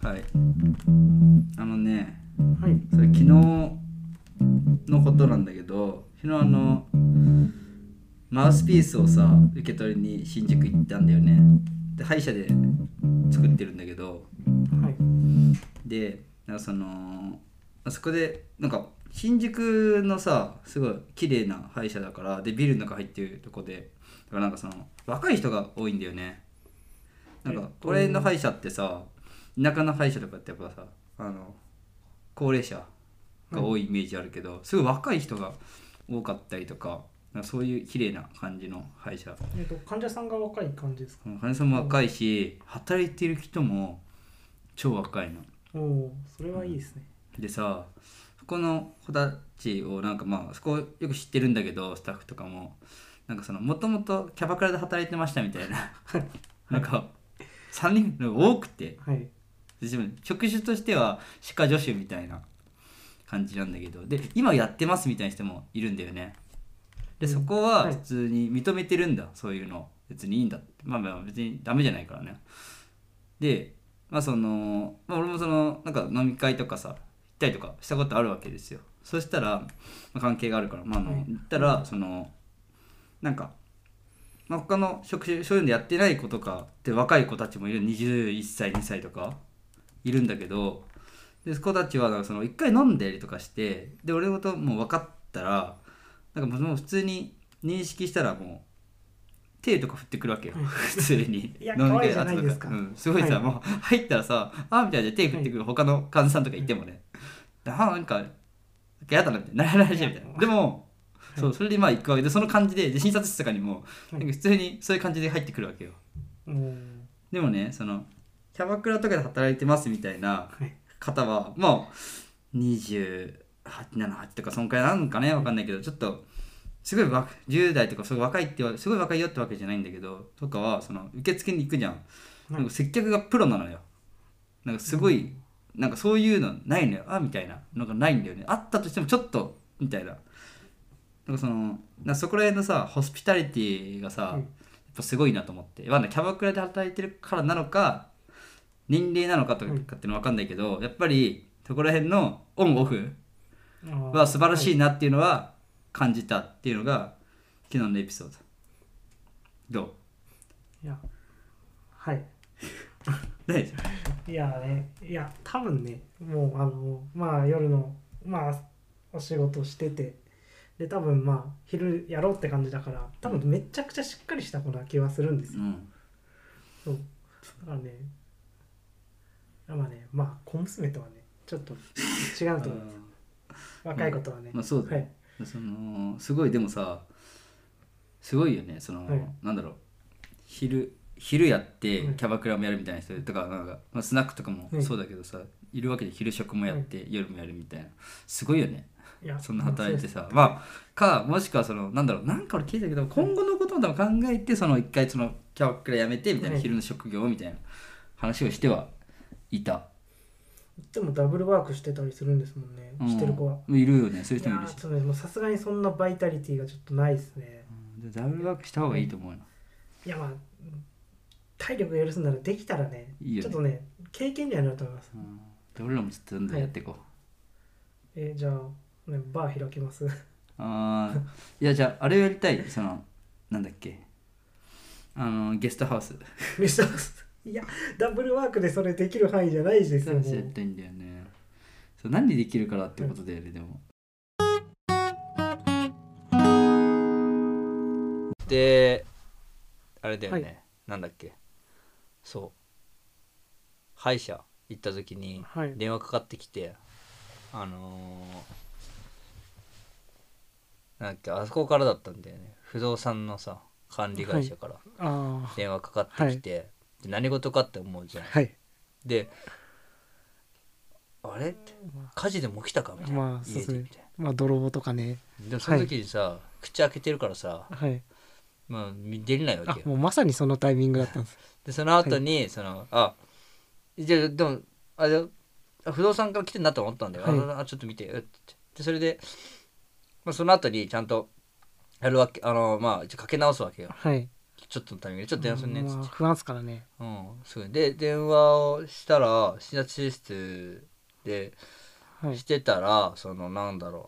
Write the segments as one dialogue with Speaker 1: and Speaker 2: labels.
Speaker 1: はい。あのね、
Speaker 2: はい。
Speaker 1: それ昨日のことなんだけど、昨日マウスピースをさ、受け取りに新宿行ったんだよね。で、歯医者で作ってるんだけど、
Speaker 2: はい。
Speaker 1: で、なんかそこで、なんか、新宿のさ、すごい綺麗な歯医者だから、で、ビルの中入ってるとこで、だからなんか若い人が多いんだよね。なんか、これの歯医者ってさ、田舎の歯医者とかってやっぱさ、高齢者が
Speaker 2: はい。
Speaker 1: 多いイメージあるけど、すごい若い人が多かったりとか、なんかそういう綺麗な感じの歯医者。
Speaker 2: 患者さんが若い感じですか？
Speaker 1: 患者さんも若いし、働いてる人も超若いの。
Speaker 2: おおー、それはいいですね。
Speaker 1: でさ、そこの子たちをなんかそこよく知ってるんだけど、スタッフとかもなんかもともとキャバクラで働いてましたみたいな
Speaker 2: はい。
Speaker 1: なんか3人なんか多くて、
Speaker 2: はい。
Speaker 1: で職種としては歯科助手みたいな感じなんだけど、で今やってますみたいな人もいるんだよね。でそこは
Speaker 2: はい。
Speaker 1: 普通に認めてるんだ、そういうの別にいいんだって。別にダメじゃないからね。で俺もなんか飲み会とかさ行ったりとかしたことあるわけですよ。そしたら、関係があるから、
Speaker 2: はい。
Speaker 1: 行ったらなんか、他の職種そういうのやってない子とかって若い子たちもいる、21歳2歳とかいるんだけど、で子たちはなんか一回飲んだりとかして、で俺のこともう分かったら、なんかもう普通に認識したらもう手とか振ってくるわけよ
Speaker 2: はい。
Speaker 1: 普通に
Speaker 2: いや、
Speaker 1: 飲み
Speaker 2: 可愛いじゃ
Speaker 1: 会後とか、
Speaker 2: ないですか。
Speaker 1: すごいさ、
Speaker 2: はい。
Speaker 1: もう入ったらさ、あみたいな手振
Speaker 2: はい。
Speaker 1: ってくる他の患者さんとかい
Speaker 2: はい。
Speaker 1: てもね、なんか嫌だなみたいな、ならないしみ
Speaker 2: いや、
Speaker 1: たいな。でも
Speaker 2: はい。
Speaker 1: それで行くわけで、その感じで診察室とかにも
Speaker 2: はい。
Speaker 1: なんか普通にそういう感じで入ってくるわけよ。
Speaker 2: おー。
Speaker 1: でもね、キャバクラとかで働いてますみたいな
Speaker 2: はい。
Speaker 1: 方はもう28、7、8とかそんくらいなんかね、
Speaker 2: はい。
Speaker 1: わかんないけど、ちょっとすごい10代とかすごい若いってすごい若いよってわけじゃないんだけど、とかは受付に行くじゃん。
Speaker 2: はい。
Speaker 1: なんか接客がプロなのよ。なんかすごい、なんかそういうのないのよ、みたいなのがないんだよね。あったとしてもちょっとみたいな。なんかそこら辺のさホスピタリティがさ、やっ
Speaker 2: はい。
Speaker 1: ぱすごいなと思って。キャバクラで働いてるからなのか年齢なのかとか
Speaker 2: はい。
Speaker 1: っていうのは分かんないけど、やっぱりそこら辺のオンオフ
Speaker 2: ああ、
Speaker 1: は素晴ら
Speaker 2: はい。
Speaker 1: しいなっていうのは感じたっていうのが昨日のエピソード。ど
Speaker 2: いや、はい。
Speaker 1: う？大丈
Speaker 2: いやね、いや、多分ね、もう、まあ、夜の、まあ、お仕事してて、で、多分まあ、昼やろうって感じだから、多分めちゃくちゃしっかりした子な気はするんですよ。
Speaker 1: 夫？うん。
Speaker 2: そう。だからね、まあね、まあ、小娘とはね、ちょっと違う
Speaker 1: あー
Speaker 2: と思いますよ。
Speaker 1: まあ、
Speaker 2: 若い子とはね。
Speaker 1: そうだね。
Speaker 2: はい。
Speaker 1: すごいでもさ、すごいよね。
Speaker 2: はい。
Speaker 1: なんだろう、昼やって
Speaker 2: はい。
Speaker 1: キャバクラもやるみたいな人とか、スナックとかも
Speaker 2: はい。
Speaker 1: そうだけどさ、いるわけで、昼食もやっ
Speaker 2: はい。
Speaker 1: て夜もやるみたいな。すごいよね。
Speaker 2: いや、
Speaker 1: そんな
Speaker 2: まあ、そうですね。
Speaker 1: 働いてさ、
Speaker 2: はい。
Speaker 1: もしくはなんだろう、なんか俺聞いたけど、
Speaker 2: はい。
Speaker 1: 今後のことも多分考えて、一回キャバクラやめてみたいな、
Speaker 2: はい。
Speaker 1: 昼の職業みたいな話をしてはいた。
Speaker 2: でもダブルワークしてたりするんですもんね。してる子は。
Speaker 1: いるよね、そういう
Speaker 2: いやー、
Speaker 1: 人もいるし。
Speaker 2: ちょっとね、もうさすがにそんなバイタリティがちょっとないですね。
Speaker 1: でダブルワークした方
Speaker 2: はい。
Speaker 1: がいいと思うよ。
Speaker 2: いや、まあ、体力が許すならできたらね、
Speaker 1: いいよね。
Speaker 2: ちょっとね、経験にはなると思います。
Speaker 1: で俺らもちょっとどんどん
Speaker 2: はい。
Speaker 1: やっていこう。
Speaker 2: じゃあ、ね、バー開きます。
Speaker 1: いや、じゃああれをやりたい。なんだっけ、ゲストハウス。
Speaker 2: ミスタース。いや、ダブルワークでそれできる範囲じゃないですよ、
Speaker 1: ゲストハウスやり
Speaker 2: も
Speaker 1: たいんだよね。何でできるからって
Speaker 2: う。はい。
Speaker 1: ことだよね、でも。で、あれだよ
Speaker 2: はい。
Speaker 1: ね。なんだっけ。そう。歯医者行った時に
Speaker 2: はい。
Speaker 1: 電話かかってきて、あのなんだっけ、あそこからだったんだよね。不動産のさ、管理
Speaker 2: はい。
Speaker 1: 会社から
Speaker 2: あ
Speaker 1: 電話かかっ
Speaker 2: あ、はい。
Speaker 1: てきて、で何事かって思うじゃん。
Speaker 2: はい。
Speaker 1: で、あれって火事でも起きたかみたいな、
Speaker 2: まあ、そうですね。
Speaker 1: 家でみたい
Speaker 2: まあ、泥棒とかね。
Speaker 1: な。でもその
Speaker 2: はい。
Speaker 1: 時にさ、口開けてるからさ、
Speaker 2: はい。
Speaker 1: 出れないわ
Speaker 2: あ、
Speaker 1: けよ。
Speaker 2: もうまさにそのタイミングだったんです。
Speaker 1: でその
Speaker 2: はい。
Speaker 1: 後にじゃあでもあじゃあ不動産から来てんなと思ったんだよ。
Speaker 2: はい。
Speaker 1: ちょっと見てって。でそれで、その後にちゃんとやるわけ、一応かけ直すわけよ、
Speaker 2: はい。
Speaker 1: ちょっとのタイミングでちょっと電話するねっつって、
Speaker 2: 不安っすからね。
Speaker 1: すぐで電話をしたら診察室でしてたら、そのなんだろ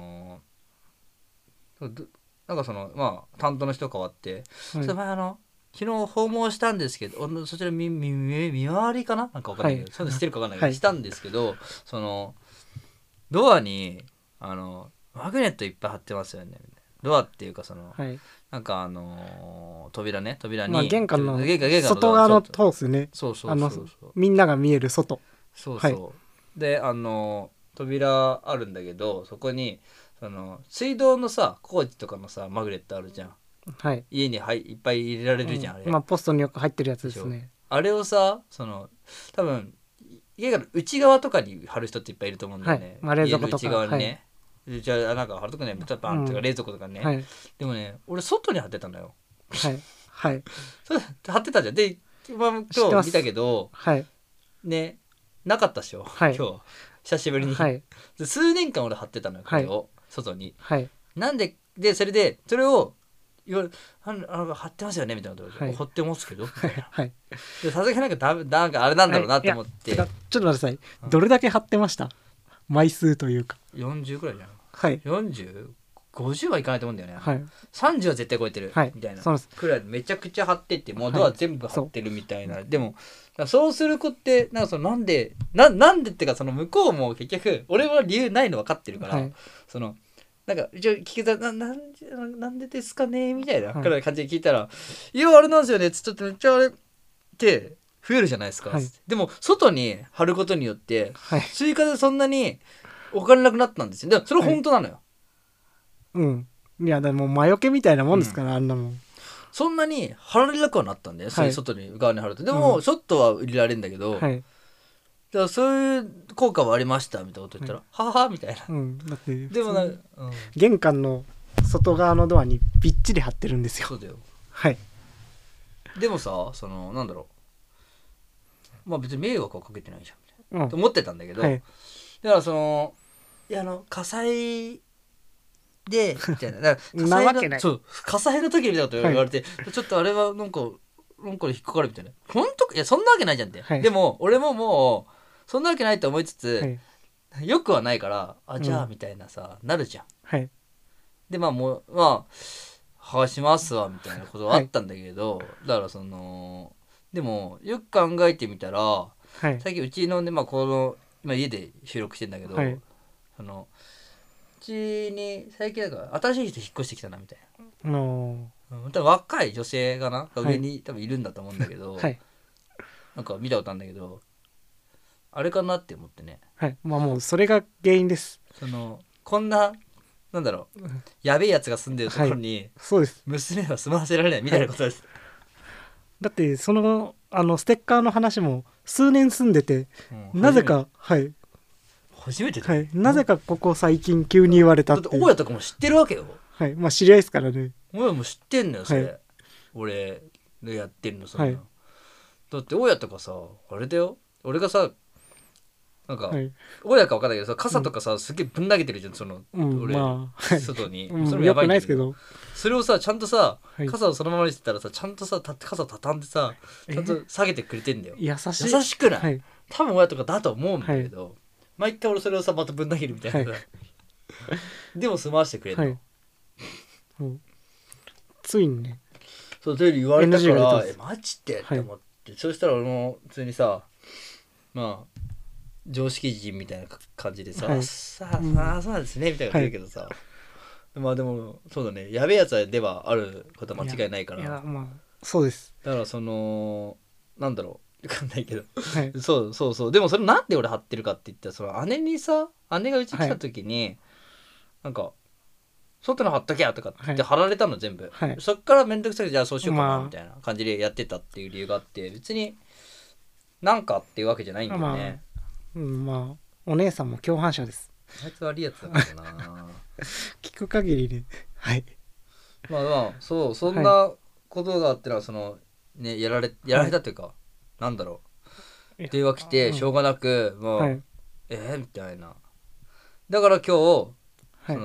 Speaker 1: うなんかそのまあ担当の人変わって、それ前昨日訪問したんですけど、そちら見回りかななんか分かんないけど、そういうのしてるか分かんないけど、したんですけど、そのドアにマグネットいっぱい貼ってますよねみたいな。ドアっていうかその、なんか扉に、
Speaker 2: まあ、玄関の
Speaker 1: 外
Speaker 2: 側の塔ですね。
Speaker 1: そう
Speaker 2: みんなが見える外。
Speaker 1: そうで扉あるんだけど、そこにその水道のさ工事とかのさマグネットあるじゃん。家にいっぱい入れられるじゃん、あれ。
Speaker 2: まあポストによく入ってるやつですね。
Speaker 1: あれをさ多分家が内側とかに貼る人っていっぱいいると思うんだよね。
Speaker 2: 冷蔵庫とか
Speaker 1: 家の内側にね。じゃあなんか貼るとかね、バンとか冷蔵庫とかね。でもね、俺外に貼ってたのよ。それ貼ってたじゃん。で、今日見たけど、ね、なかったっしょ。今日久しぶりに。数年間俺貼ってたのよ、これを外に。なんでそれでそれを貼ってますよねみたいなことで、貼ってますけどさすがになんかあれなんだろうなと思って、
Speaker 2: ちょっと待ってください。どれだけ貼ってました？枚数というか
Speaker 1: 40くらいじゃん。4050はいかないと思うんだよね。30は絶対超えてるみたいなくらいめちゃくちゃ貼ってって、もうドア全部貼ってるみたいな。でもそうする子ってなんかなんでってか、その向こうも結局俺は理由ないの分かってるから、そのなんか一応聞けたなんでですかねみたいなくらい感じで聞いたら、いやあれなんですよねちょっとめっちゃあれって増えるじゃないですか、でも外に貼ることによって、追加でそんなにお金なくなったんですよ。でもそれ本当なのよ。
Speaker 2: いやでも魔除けみたいなもんですから、あんなもん
Speaker 1: そんなに貼られなくはなったんだよ、そういう外に側に貼ると。でもちょっとは売りられるんだけど、だからそういう効果はありましたみたいなこと言ったら、ははみたいな。
Speaker 2: だって
Speaker 1: でも
Speaker 2: 玄関の外側のドアにびっちり貼ってるんですよ。
Speaker 1: そうだよ。でもさ、なんだろう、まあ別に迷惑はかけてないじゃんみたいなと思ってたんだけど、だからいや火災でみたいな、火災の時みたいなこと言われて、ちょっとあれはなんか引っかかるみたいな。本当？いやそんなわけないじゃんって。でも俺ももうそんなわけないと思いつつ、よくはないからじゃあみたいなさ、なるじゃん。でまあ剥がしますわみたいなことはあったんだけど、だからでもよく考えてみたら、最近うちのね、今家で収録してんだけど、うちに最近だから新しい人引っ越してきたなみたいな。多分若い女性が上に多分いるんだと思うんだけど、なんか見たことあるんだけど、あれかなって思ってね。
Speaker 2: まあもうそれが原因です。
Speaker 1: こんななんだろう、やべえやつが住んでるところに、
Speaker 2: そうです
Speaker 1: 娘は住まわせられないみたいなことです。
Speaker 2: だってステッカーの話も数年住んでて、なぜか
Speaker 1: 初めて
Speaker 2: なぜかここ最近急に言われたって。
Speaker 1: だって大家とかも知ってるわけよ。
Speaker 2: まあ知り合いですからね。
Speaker 1: 大家も知ってんのよそれ、俺のやってるのそんな、だって大家とかさ、あれだよ、俺がさなんか、大家か分かんないけどさ、傘とかさ、すげえぶん投げてるじゃん、俺、外に。それもやばいんだけど、それをさ、ちゃんとさ、傘をそのままにしてたらさ、ちゃんとさ、傘畳んでさ、ちゃんと下げてくれてんだよ。優しくない？多分親とかだと思うんだけど、毎回俺それをさ、またぶん投げるみたいな。でも住まわしてくれるの。
Speaker 2: ついにね。
Speaker 1: そう、という言われたから、マジでって思って、そしたら俺も普通にさ、まあ、常識人みたいな感じでさ、そうですねみたいなこと言うけどさ、まあでもそうだね、やべえやつではあることは間違いないから。
Speaker 2: いやまあそうです。
Speaker 1: だからなんだろう、分かんないけど、そうでもそれなんで俺貼ってるかって言ったら、姉がうち来た時に、なんか外の貼っときゃとかって貼られたの全部、そっからめんどくさくて、じゃあそうしようかなみたいな感じでやってたっていう理由があって、別になんかっていうわけじゃないんだよね。
Speaker 2: まあお姉さんも共犯者です。
Speaker 1: あいつ悪いやつだからな
Speaker 2: 聞く限りで、
Speaker 1: まあそんなことがあってのはね、やられたっていうか、なんだろう、電話来てしょうがなく、もうみたいな。だから今日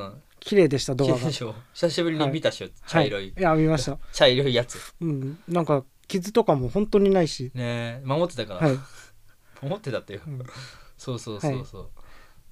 Speaker 2: 綺麗でした動画が。
Speaker 3: でしょ。久しぶりに見たしょ、茶色い、
Speaker 2: はい、いや見ました。
Speaker 3: 茶色いやつ
Speaker 2: なんか傷とかも本当にないし。
Speaker 3: ね、守ってたから、
Speaker 2: はい、
Speaker 3: 守ってたってよ、そうそうそうそう、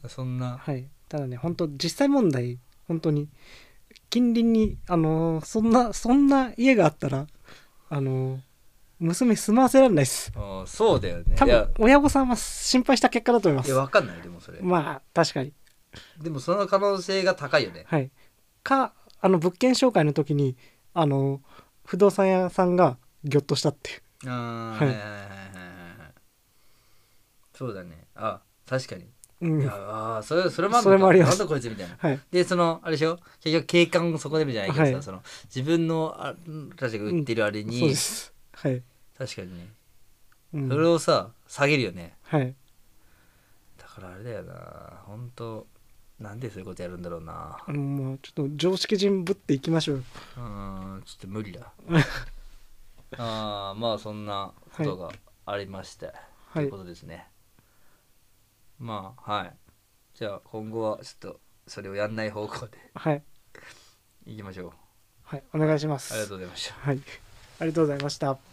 Speaker 3: そんな、
Speaker 2: はい、ただね本当実際問題本当に近隣にそんな家があったら娘住まわせられないです。
Speaker 3: そうだよね。
Speaker 2: 多
Speaker 3: いや
Speaker 2: 分親御さんは心配した結果だと思います。
Speaker 3: 分かんないでもそれ、
Speaker 2: まあ確かに。
Speaker 3: でもその可能性が高いよね。
Speaker 2: はい。物件紹介の時に不動産屋さんがギョッとしたっていう。
Speaker 3: はいはいはいはいはい。そうだね。確かに。いやそれもあるのか。
Speaker 2: それもあります。
Speaker 3: なんだこいつみたいな。
Speaker 2: はい、で
Speaker 3: あれでしょ、結局景観を損ねるじゃないけどさ、
Speaker 2: はい、
Speaker 3: 自分のたちが売ってるあれに、
Speaker 2: そうです。はい。
Speaker 3: 確かにね、それをさ下げるよね。
Speaker 2: はい。
Speaker 3: だからあれだよな、本当なんでそういうことやるんだろうな。
Speaker 2: もうちょっと常識人ぶっていきましょうよ。
Speaker 3: ちょっと無理だ。まあそんなことがありまして、ということですね。まあはい。じゃあ今後はちょっとそれをやんない方向で、はい、いきましょう。
Speaker 2: はい、お願いします。
Speaker 3: ありがとうございました。
Speaker 2: はい、ありがとうございました。